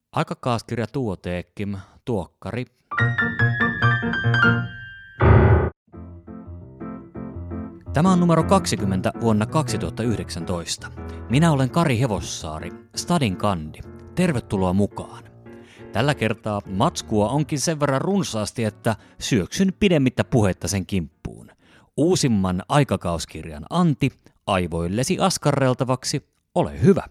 Aikakauskirja Tuoteekkim, tuokkari. Tämä on numero 20 vuonna 2019. Minä olen Kari Hevossaari, Stadin kandi. Tervetuloa mukaan. Tällä kertaa matskua onkin sen verran runsaasti, että syöksyn pidemmittä puhetta sen kimppuun. Uusimman aikakauskirjan anti aivoillesi askarreltavaksi. Ole hyvä.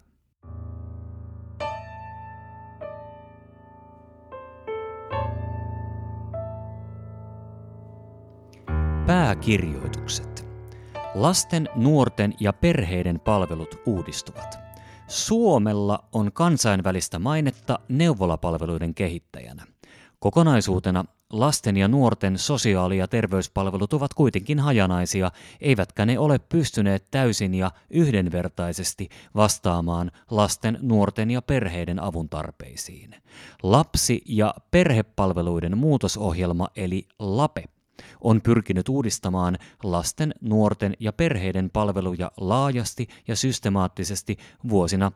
Pääkirjoitukset. Lasten, nuorten ja perheiden palvelut uudistuvat. Suomella on kansainvälistä mainetta neuvolapalveluiden kehittäjänä. Kokonaisuutena lasten ja nuorten sosiaali- ja terveyspalvelut ovat kuitenkin hajanaisia, eivätkä ne ole pystyneet täysin ja yhdenvertaisesti vastaamaan lasten, nuorten ja perheiden avun tarpeisiin. Lapsi- ja perhepalveluiden muutosohjelma eli LAPE on pyrkinyt uudistamaan lasten, nuorten ja perheiden palveluja laajasti ja systemaattisesti vuosina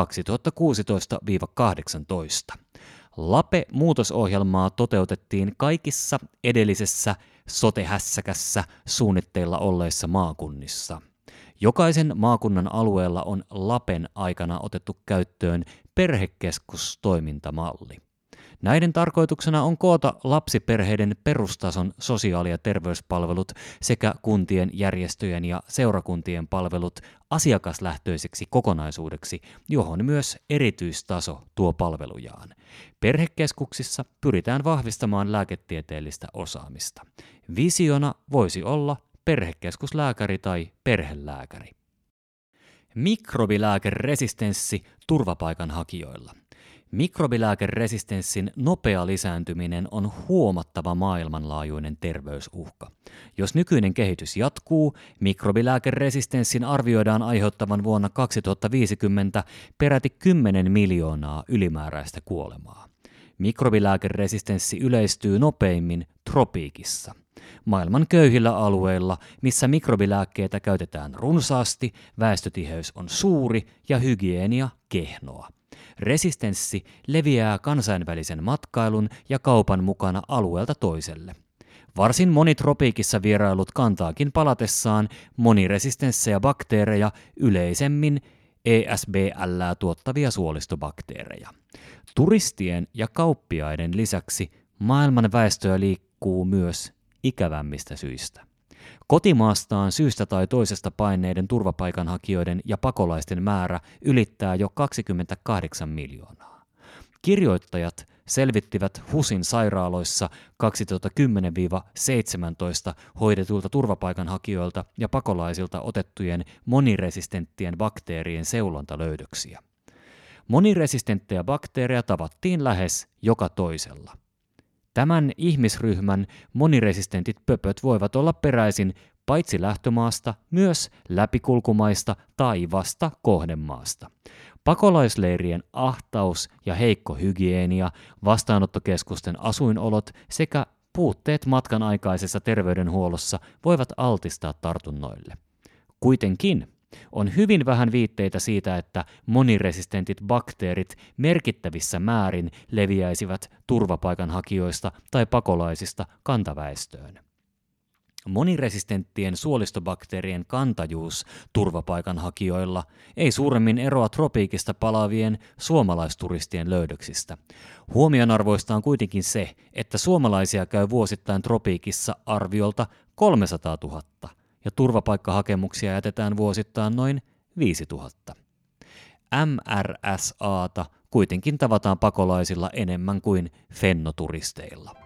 2016–2018. LAPE-muutosohjelmaa toteutettiin kaikissa edellisessä sote-hässäkässä suunnitteilla olleissa maakunnissa. Jokaisen maakunnan alueella on LAPEn aikana otettu käyttöön perhekeskustoimintamalli. Näiden tarkoituksena on koota lapsiperheiden perustason sosiaali- ja terveyspalvelut sekä kuntien, järjestöjen ja seurakuntien palvelut asiakaslähtöiseksi kokonaisuudeksi, johon myös erityistaso tuo palvelujaan. Perhekeskuksissa pyritään vahvistamaan lääketieteellistä osaamista. Visiona voisi olla perhekeskuslääkäri tai perhelääkäri. Mikrobilääkeresistenssi turvapaikanhakijoilla. Mikrobilääkeresistenssin nopea lisääntyminen on huomattava maailmanlaajuinen terveysuhka. Jos nykyinen kehitys jatkuu, mikrobilääkeresistenssin arvioidaan aiheuttavan vuonna 2050 peräti 10 miljoonaa ylimääräistä kuolemaa. Mikrobilääkeresistenssi yleistyy nopeimmin tropiikissa. Maailman köyhillä alueilla, missä mikrobilääkkeitä käytetään runsaasti, väestötiheys on suuri ja hygienia kehnoa. Resistenssi leviää kansainvälisen matkailun ja kaupan mukana alueelta toiselle. Varsin moni tropiikissa vierailut kantaakin palatessaan moniresistenssejä bakteereja, yleisemmin ESBL:ää tuottavia suolistobakteereja. Turistien ja kauppiaiden lisäksi maailman väestöä liikkuu myös ikävämmistä syistä. Kotimaastaan syystä tai toisesta paenneiden turvapaikanhakijoiden ja pakolaisten määrä ylittää jo 28 miljoonaa. Kirjoittajat selvittivät HUSin sairaaloissa 2010–17 hoidetuilta turvapaikanhakijoilta ja pakolaisilta otettujen moniresistenttien bakteerien seulontalöydöksiä. Moniresistenttejä bakteereja tavattiin lähes joka toisella. Tämän ihmisryhmän moniresistentit pöpöt voivat olla peräisin paitsi lähtömaasta, myös läpikulkumaista tai vasta kohdemaasta. Pakolaisleirien ahtaus ja heikko hygienia, vastaanottokeskusten asuinolot sekä puutteet matkan aikaisessa terveydenhuollossa voivat altistaa tartunnoille. Kuitenkin on hyvin vähän viitteitä siitä, että moniresistentit bakteerit merkittävissä määrin leviäisivät turvapaikanhakijoista tai pakolaisista kantaväestöön. Moniresistenttien suolistobakteerien kantajuus turvapaikanhakijoilla ei suuremmin eroa tropiikista palaavien suomalaisturistien löydöksistä. Huomionarvoista on kuitenkin se, että suomalaisia käy vuosittain tropiikissa arviolta 300 000. ja turvapaikkahakemuksia jätetään vuosittain noin 5 000. MRSAta kuitenkin tavataan pakolaisilla enemmän kuin fennoturisteilla.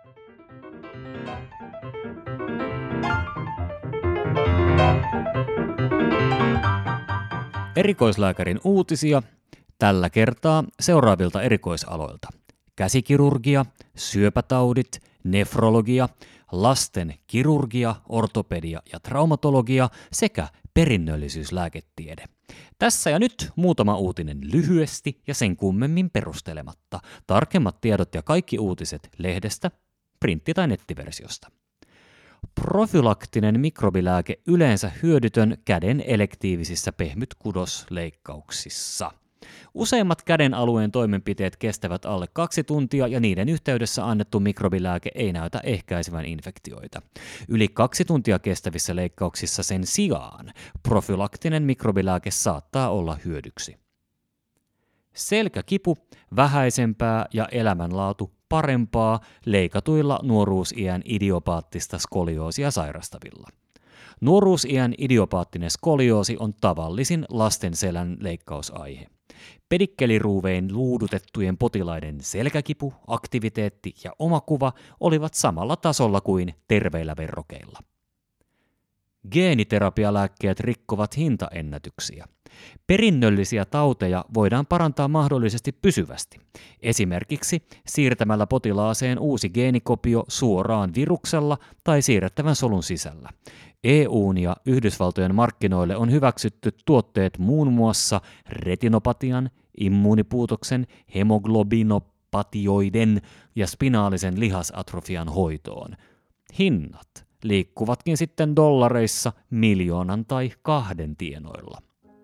Erikoislääkärin uutisia tällä kertaa seuraavilta erikoisaloilta: käsikirurgia, syöpätaudit, nefrologia, lasten kirurgia, ortopedia ja traumatologia sekä perinnöllisyyslääketiede. Tässä ja nyt muutama uutinen lyhyesti ja sen kummemmin perustelematta. Tarkemmat tiedot ja kaikki uutiset lehdestä, printti- tai nettiversiosta. Profylaktinen mikrobilääke yleensä hyödytön käden elektiivisissä pehmytkudosleikkauksissa. Useimmat käden alueen toimenpiteet kestävät alle 2 tuntia ja niiden yhteydessä annettu mikrobilääke ei näytä ehkäisevän infektioita. Yli 2 tuntia kestävissä leikkauksissa sen sijaan profylaktinen mikrobilääke saattaa olla hyödyksi. Selkäkipu vähäisempää ja elämänlaatu parempaa leikatuilla nuoruusiän idiopaattista skolioosia sairastavilla. Nuoruusiän idiopaattinen skolioosi on tavallisin lasten selän leikkausaihe. Pedikkeliruuvein luudutettujen potilaiden selkäkipu, aktiviteetti ja omakuva olivat samalla tasolla kuin terveillä verrokeilla. Geeniterapialääkkeet rikkovat hintaennätyksiä. Perinnöllisiä tauteja voidaan parantaa mahdollisesti pysyvästi, esimerkiksi siirtämällä potilaaseen uusi geenikopio suoraan viruksella tai siirrettävän solun sisällä. EU:n ja Yhdysvaltojen markkinoille on hyväksytty tuotteet muun muassa retinopatian, immuunipuutoksen, hemoglobinopatioiden ja spinaalisen lihasatrofian hoitoon. Hinnat liikkuvatkin sitten dollareissa 1 000 000 tai 2 tienoilla.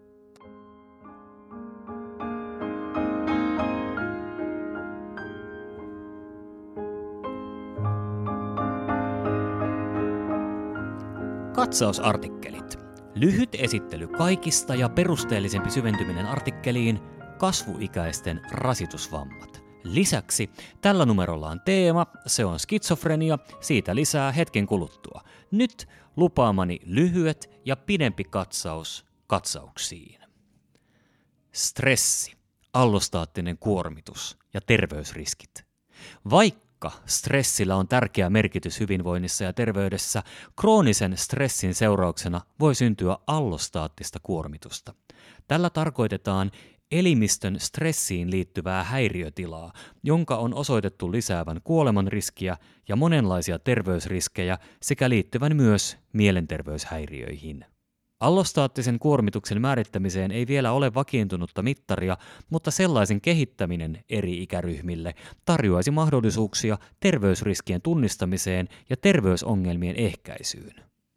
Katsausartikkelit. Lyhyt esittely kaikista ja perusteellisempi syventyminen artikkeliin kasvuikäisten rasitusvammat. Lisäksi tällä numerolla on teema, se on skitsofrenia, siitä lisää hetken kuluttua. Nyt lupaamani lyhyet ja pidempi katsaus katsauksiin. Stressi, allostaattinen kuormitus ja terveysriskit. Vaikka stressillä on tärkeä merkitys hyvinvoinnissa ja terveydessä, kroonisen stressin seurauksena voi syntyä allostaattista kuormitusta. Tällä tarkoitetaan elimistön stressiin liittyvää häiriötilaa, jonka on osoitettu lisäävän kuoleman riskiä ja monenlaisia terveysriskejä sekä liittyvän myös mielenterveyshäiriöihin. Allostaattisen kuormituksen määrittämiseen ei vielä ole vakiintunutta mittaria, mutta sellaisen kehittäminen eri ikäryhmille tarjoaisi mahdollisuuksia terveysriskien tunnistamiseen ja terveysongelmien ehkäisyyn.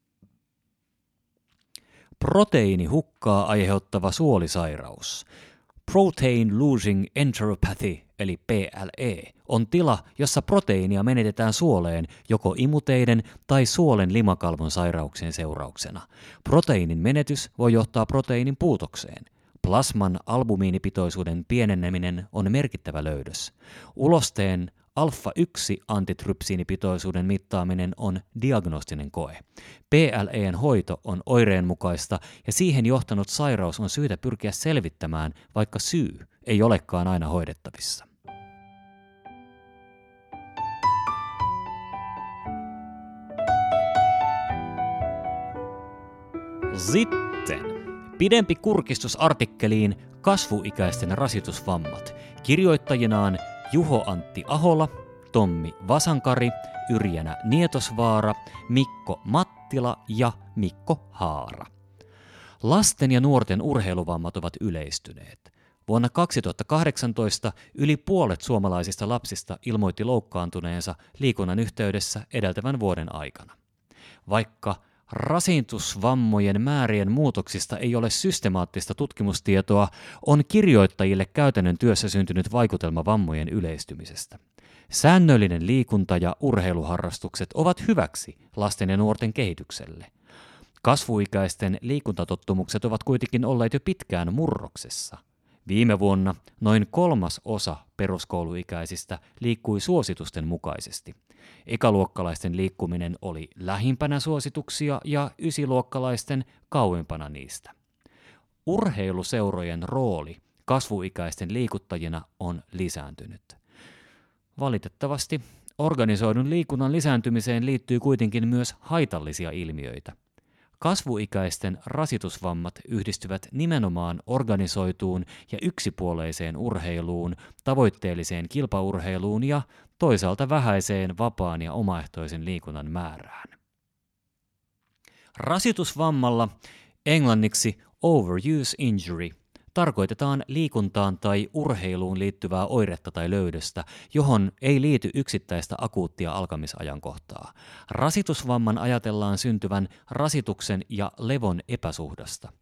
Proteiinihukkaa aiheuttava suolisairaus. Protein Losing Enteropathy eli PLE on tila, jossa proteiinia menetetään suoleen joko imuteiden tai suolen limakalvon sairauksien seurauksena. Proteiinin menetys voi johtaa proteiinin puutokseen. Plasman albumiinipitoisuuden pieneneminen on merkittävä löydös. Ulosteen alfa-1-antitrypsiinipitoisuuden mittaaminen on diagnostinen koe. PLE:n hoito on oireenmukaista ja siihen johtanut sairaus on syytä pyrkiä selvittämään, vaikka syy ei olekaan aina hoidettavissa. Sitten pidempi kurkistus artikkeliin kasvuikäisten rasitusvammat. Kirjoittajinaan Juho-Antti Ahola, Tommi Vasankari, Yrjänä Nietosvaara, Mikko Mattila ja Mikko Haara. Lasten ja nuorten urheiluvammat ovat yleistyneet. Vuonna 2018 yli puolet suomalaisista lapsista ilmoitti loukkaantuneensa liikunnan yhteydessä edeltävän vuoden aikana. Vaikka rasitusvammojen määrien muutoksista ei ole systemaattista tutkimustietoa, on kirjoittajille käytännön työssä syntynyt vaikutelma vammojen yleistymisestä. Säännöllinen liikunta ja urheiluharrastukset ovat hyväksi lasten ja nuorten kehitykselle. Kasvuikäisten liikuntatottumukset ovat kuitenkin olleet jo pitkään murroksessa. Viime vuonna noin 1/3 peruskouluikäisistä liikkui suositusten mukaisesti. Ekaluokkalaisten liikkuminen oli lähimpänä suosituksia ja ysiluokkalaisten kauempana niistä. Urheiluseurojen rooli kasvuikäisten liikuttajina on lisääntynyt. Valitettavasti organisoidun liikunnan lisääntymiseen liittyy kuitenkin myös haitallisia ilmiöitä. Kasvuikäisten rasitusvammat yhdistyvät nimenomaan organisoituun ja yksipuoleiseen urheiluun, tavoitteelliseen kilpaurheiluun ja toisaalta vähäiseen vapaan ja omaehtoisen liikunnan määrään. Rasitusvammalla, englanniksi overuse injury, tarkoitetaan liikuntaan tai urheiluun liittyvää oiretta tai löydöstä, johon ei liity yksittäistä akuuttia alkamisajankohtaa. Rasitusvamman ajatellaan syntyvän rasituksen ja levon epäsuhdasta.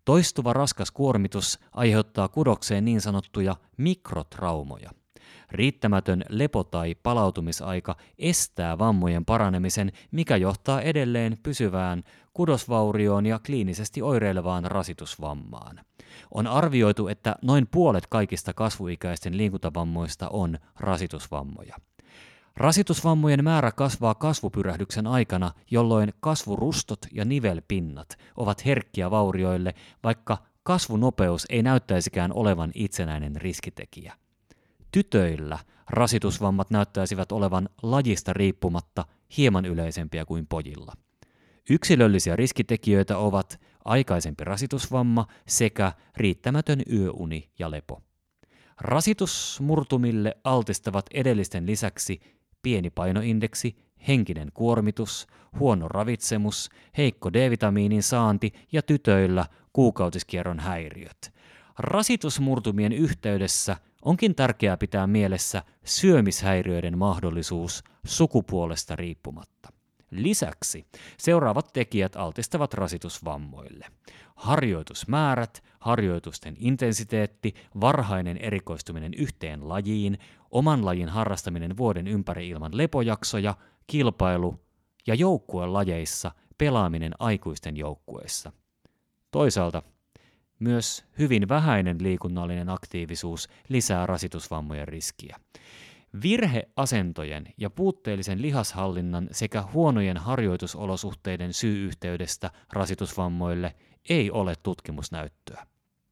Toistuva raskas kuormitus aiheuttaa kudokseen niin sanottuja mikrotraumoja. Riittämätön lepo- tai palautumisaika estää vammojen paranemisen, mikä johtaa edelleen pysyvään kudosvaurioon ja kliinisesti oireilevaan rasitusvammaan. On arvioitu, että noin puolet kaikista kasvuikäisten liikuntavammoista on rasitusvammoja. Rasitusvammojen määrä kasvaa kasvupyrähdyksen aikana, jolloin kasvurustot ja nivelpinnat ovat herkkiä vaurioille, vaikka kasvunopeus ei näyttäisikään olevan itsenäinen riskitekijä. Tytöillä rasitusvammat näyttäisivät olevan lajista riippumatta hieman yleisempiä kuin pojilla. Yksilöllisiä riskitekijöitä ovat aikaisempi rasitusvamma sekä riittämätön yöuni ja lepo. Rasitusmurtumille altistavat edellisten lisäksi pieni painoindeksi, henkinen kuormitus, huono ravitsemus, heikko D-vitamiinin saanti ja tytöillä kuukautiskierron häiriöt. Rasitusmurtumien yhteydessä onkin tärkeää pitää mielessä syömishäiriöiden mahdollisuus sukupuolesta riippumatta. Lisäksi seuraavat tekijät altistavat rasitusvammoille. Harjoitusmäärät, harjoitusten intensiteetti, varhainen erikoistuminen yhteen lajiin, oman lajin harrastaminen vuoden ympäri ilman lepojaksoja, kilpailu ja joukkuelajeissa pelaaminen aikuisten joukkueissa. Toisaalta myös hyvin vähäinen liikunnallinen aktiivisuus lisää rasitusvammojen riskiä. Virheasentojen ja puutteellisen lihashallinnan sekä huonojen harjoitusolosuhteiden syy-yhteydestä rasitusvammoille ei ole tutkimusnäyttöä.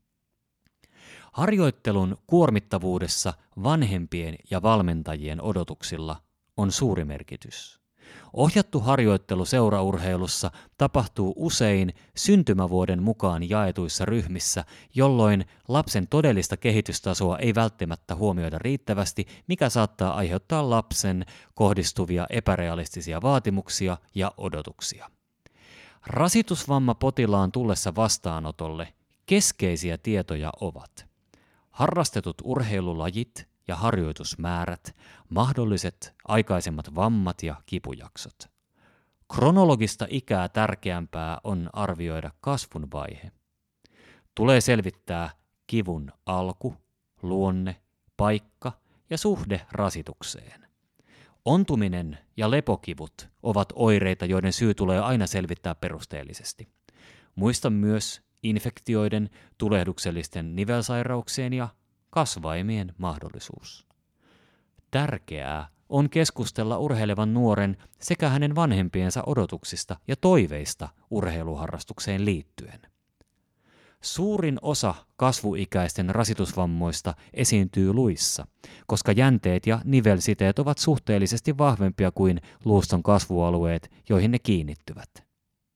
Harjoittelun kuormittavuudessa vanhempien ja valmentajien odotuksilla on suuri merkitys. Ohjattu harjoittelu seuraurheilussa tapahtuu usein syntymävuoden mukaan jaetuissa ryhmissä, jolloin lapsen todellista kehitystasoa ei välttämättä huomioida riittävästi, mikä saattaa aiheuttaa lapsen kohdistuvia epärealistisia vaatimuksia ja odotuksia. Rasitusvammapotilaan tullessa vastaanotolle keskeisiä tietoja ovat harrastetut urheilulajit ja harjoitusmäärät, mahdolliset aikaisemmat vammat ja kipujaksot. Kronologista ikää tärkeämpää on arvioida kasvun vaihe. Tulee selvittää kivun alku, luonne, paikka ja suhde rasitukseen. Ontuminen ja lepokivut ovat oireita, joiden syy tulee aina selvittää perusteellisesti. Muista myös infektioiden, tulehduksellisten nivelsairauksien ja kasvaimien mahdollisuus. Tärkeää on keskustella urheilevan nuoren sekä hänen vanhempiensa odotuksista ja toiveista urheiluharrastukseen liittyen. Suurin osa kasvuikäisten rasitusvammoista esiintyy luissa, koska jänteet ja nivelsiteet ovat suhteellisesti vahvempia kuin luuston kasvualueet, joihin ne kiinnittyvät.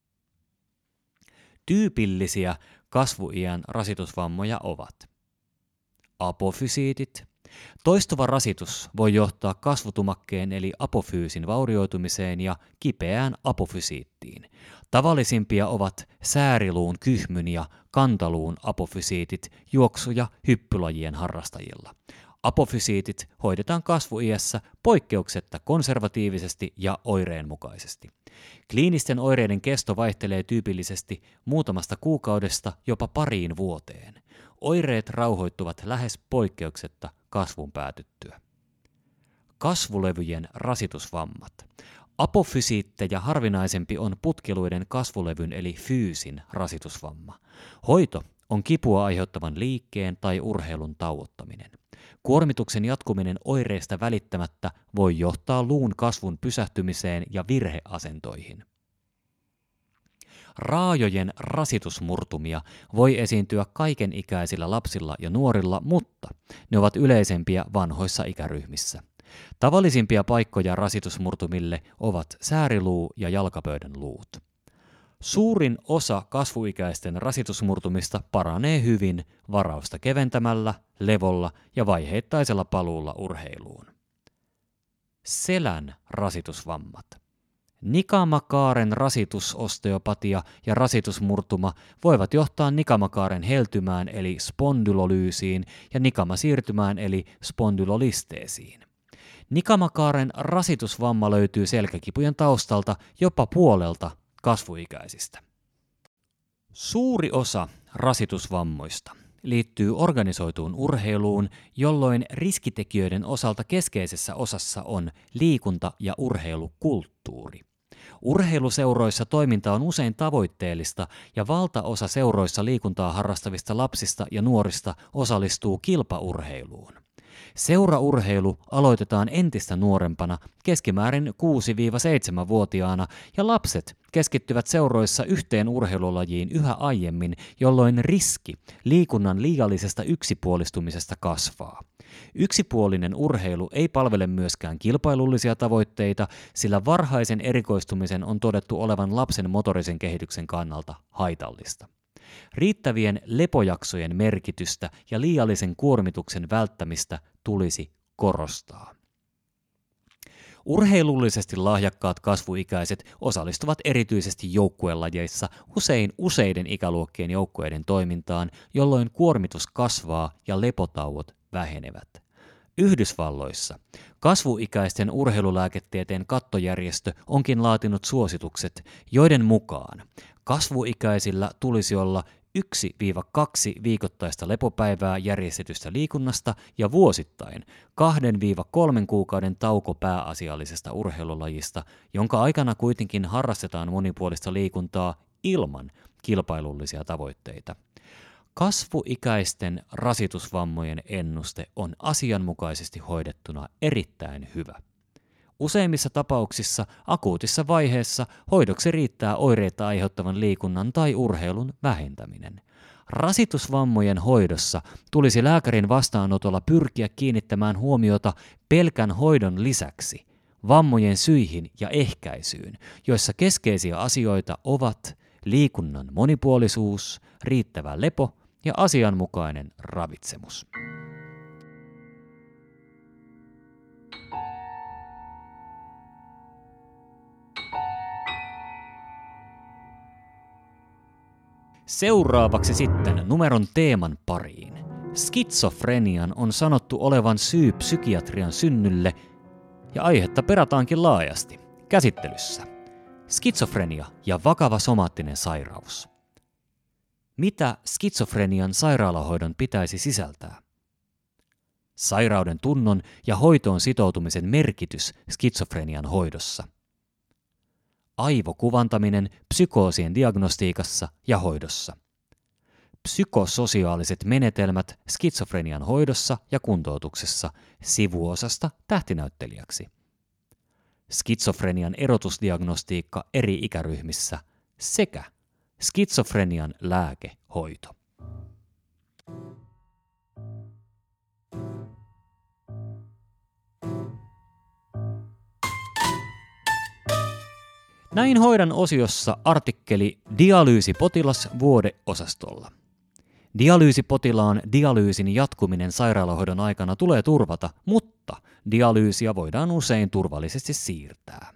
Tyypillisiä kasvuiän rasitusvammoja ovat apofysiitit. Toistuva rasitus voi johtaa kasvutumakkeen eli apofyysin vaurioitumiseen ja kipeään apofysiittiin. Tavallisimpia ovat sääriluun kyhmyn ja kantaluun apofysiitit juoksu- ja hyppylajien harrastajilla. Apofysiitit hoidetaan kasvuiässä poikkeuksetta konservatiivisesti ja oireenmukaisesti. Kliinisten oireiden kesto vaihtelee tyypillisesti muutamasta kuukaudesta jopa pariin vuoteen. Oireet rauhoittuvat lähes poikkeuksetta kasvun päätyttyä. Kasvulevyjen rasitusvammat. Apofysiittejä harvinaisempi on putkiluiden kasvulevyn eli fyysin rasitusvamma. Hoito on kipua aiheuttavan liikkeen tai urheilun tauottaminen. Kuormituksen jatkuminen oireista välittämättä voi johtaa luun kasvun pysähtymiseen ja virheasentoihin. Raajojen rasitusmurtumia voi esiintyä kaikenikäisillä lapsilla ja nuorilla, mutta ne ovat yleisempiä vanhoissa ikäryhmissä. Tavallisimpia paikkoja rasitusmurtumille ovat sääriluu ja jalkapöydän luut. Suurin osa kasvuikäisten rasitusmurtumista paranee hyvin varausta keventämällä, levolla ja vaiheittaisella paluulla urheiluun. Selän rasitusvammat. Nikamakaaren rasitusosteopatia ja rasitusmurtuma voivat johtaa nikamakaaren heltymään eli spondylolyysiin ja nikamasiirtymään eli spondylolisteesiin. Nikamakaaren rasitusvamma löytyy selkäkipujen taustalta jopa puolelta kasvuikäisistä. Suuri osa rasitusvammoista liittyy organisoituun urheiluun, jolloin riskitekijöiden osalta keskeisessä osassa on liikunta- ja urheilukulttuuri. Urheiluseuroissa toiminta on usein tavoitteellista ja valtaosa seuroissa liikuntaa harrastavista lapsista ja nuorista osallistuu kilpaurheiluun. Seuraurheilu aloitetaan entistä nuorempana, keskimäärin 6-7-vuotiaana, ja lapset keskittyvät seuroissa yhteen urheilulajiin yhä aiemmin, jolloin riski liikunnan liiallisesta yksipuolistumisesta kasvaa. Yksipuolinen urheilu ei palvele myöskään kilpailullisia tavoitteita, sillä varhaisen erikoistumisen on todettu olevan lapsen motorisen kehityksen kannalta haitallista. Riittävien lepojaksojen merkitystä ja liiallisen kuormituksen välttämistä tulisi korostaa. Urheilullisesti lahjakkaat kasvuikäiset osallistuvat erityisesti joukkuelajeissa usein useiden ikäluokkien joukkueiden toimintaan, jolloin kuormitus kasvaa ja lepotauot vähenevät. Yhdysvalloissa kasvuikäisten urheilulääketieteen kattojärjestö onkin laatinut suositukset, joiden mukaan kasvuikäisillä tulisi olla 1-2 viikoittaista lepopäivää järjestetystä liikunnasta ja vuosittain 2-3 kuukauden tauko pääasiallisesta urheilulajista, jonka aikana kuitenkin harrastetaan monipuolista liikuntaa ilman kilpailullisia tavoitteita. Kasvuikäisten rasitusvammojen ennuste on asianmukaisesti hoidettuna erittäin hyvä. Useimmissa tapauksissa akuutissa vaiheessa hoidoksi riittää oireita aiheuttavan liikunnan tai urheilun vähentäminen. Rasitusvammojen hoidossa tulisi lääkärin vastaanotolla pyrkiä kiinnittämään huomiota pelkän hoidon lisäksi vammojen syihin ja ehkäisyyn, joissa keskeisiä asioita ovat liikunnan monipuolisuus, riittävä lepo ja asianmukainen ravitsemus. Seuraavaksi sitten numeron teeman pariin. Skitsofrenian on sanottu olevan syy psykiatrian synnylle, ja aihetta perataankin laajasti. Käsittelyssä skitsofrenia ja vakava somaattinen sairaus. Mitä skitsofrenian sairaalahoidon pitäisi sisältää? Sairauden tunnon ja hoitoon sitoutumisen merkitys skitsofrenian hoidossa. Aivokuvantaminen psykoosien diagnostiikassa ja hoidossa. Psykososiaaliset menetelmät skitsofrenian hoidossa ja kuntoutuksessa sivuosasta tähtinäyttelijäksi. Skitsofrenian erotusdiagnostiikka eri ikäryhmissä sekä skitsofrenian lääkehoito. Näin hoidan osiossa artikkeli Dialyysipotilas vuodeosastolla. Dialyysipotilaan dialyysin jatkuminen sairaalahoidon aikana tulee turvata, mutta dialyysiä voidaan usein turvallisesti siirtää.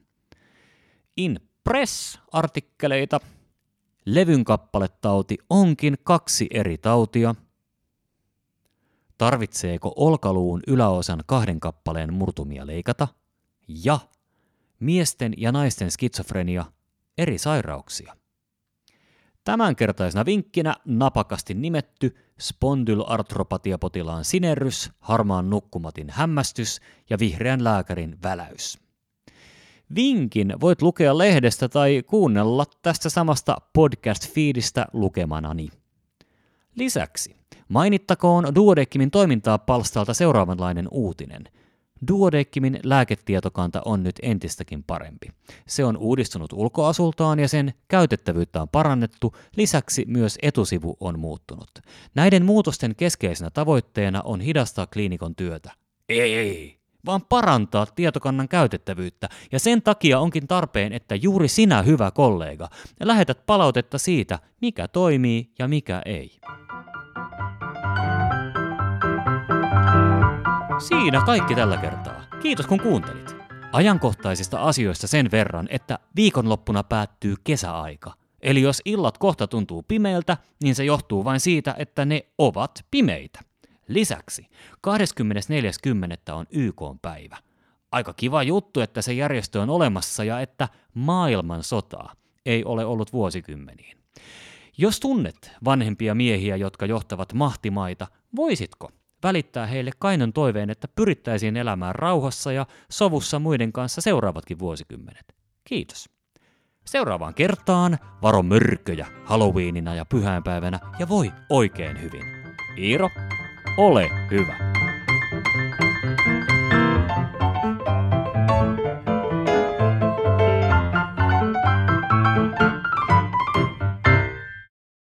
Press-artikkeleita. Levyn kappaletauti onkin 2 eri tautia. Tarvitseeko olkaluun yläosan 2 kappaleen murtumia leikata? Ja miesten ja naisten skitsofrenia, eri sairauksia. Tämänkertaisena vinkkinä napakasti nimetty spondylartropatiapotilaan sinerrys, harmaan nukkumatin hämmästys ja vihreän lääkärin väläys. Vinkin voit lukea lehdestä tai kuunnella tästä samasta podcast-feedistä lukemanani. Lisäksi mainittakoon Duodeckimin toimintaa palstalta seuraavanlainen uutinen. Duodeckimin lääketietokanta on nyt entistäkin parempi. Se on uudistunut ulkoasultaan ja sen käytettävyyttä on parannettu, lisäksi myös etusivu on muuttunut. Näiden muutosten keskeisenä tavoitteena on hidastaa kliinikon työtä. Ei, vaan parantaa tietokannan käytettävyyttä, ja sen takia onkin tarpeen, että juuri sinä, hyvä kollega, lähetät palautetta siitä, mikä toimii ja mikä ei. Siinä kaikki tällä kertaa. Kiitos kun kuuntelit. Ajankohtaisista asioista sen verran, että viikonloppuna päättyy kesäaika. Eli jos illat kohta tuntuu pimeältä, niin se johtuu vain siitä, että ne ovat pimeitä. Lisäksi 24.10. on YK-päivä. Aika kiva juttu, että se järjestö on olemassa ja että maailmansotaa ei ole ollut vuosikymmeniin. Jos tunnet vanhempia miehiä, jotka johtavat mahtimaita, voisitko välittää heille kainon toiveen, että pyrittäisiin elämään rauhassa ja sovussa muiden kanssa seuraavatkin vuosikymmenet? Kiitos. Seuraavaan kertaan varo mörköjä Halloweenina ja pyhäinpäivänä ja voi oikein hyvin. Iiro, ole hyvä.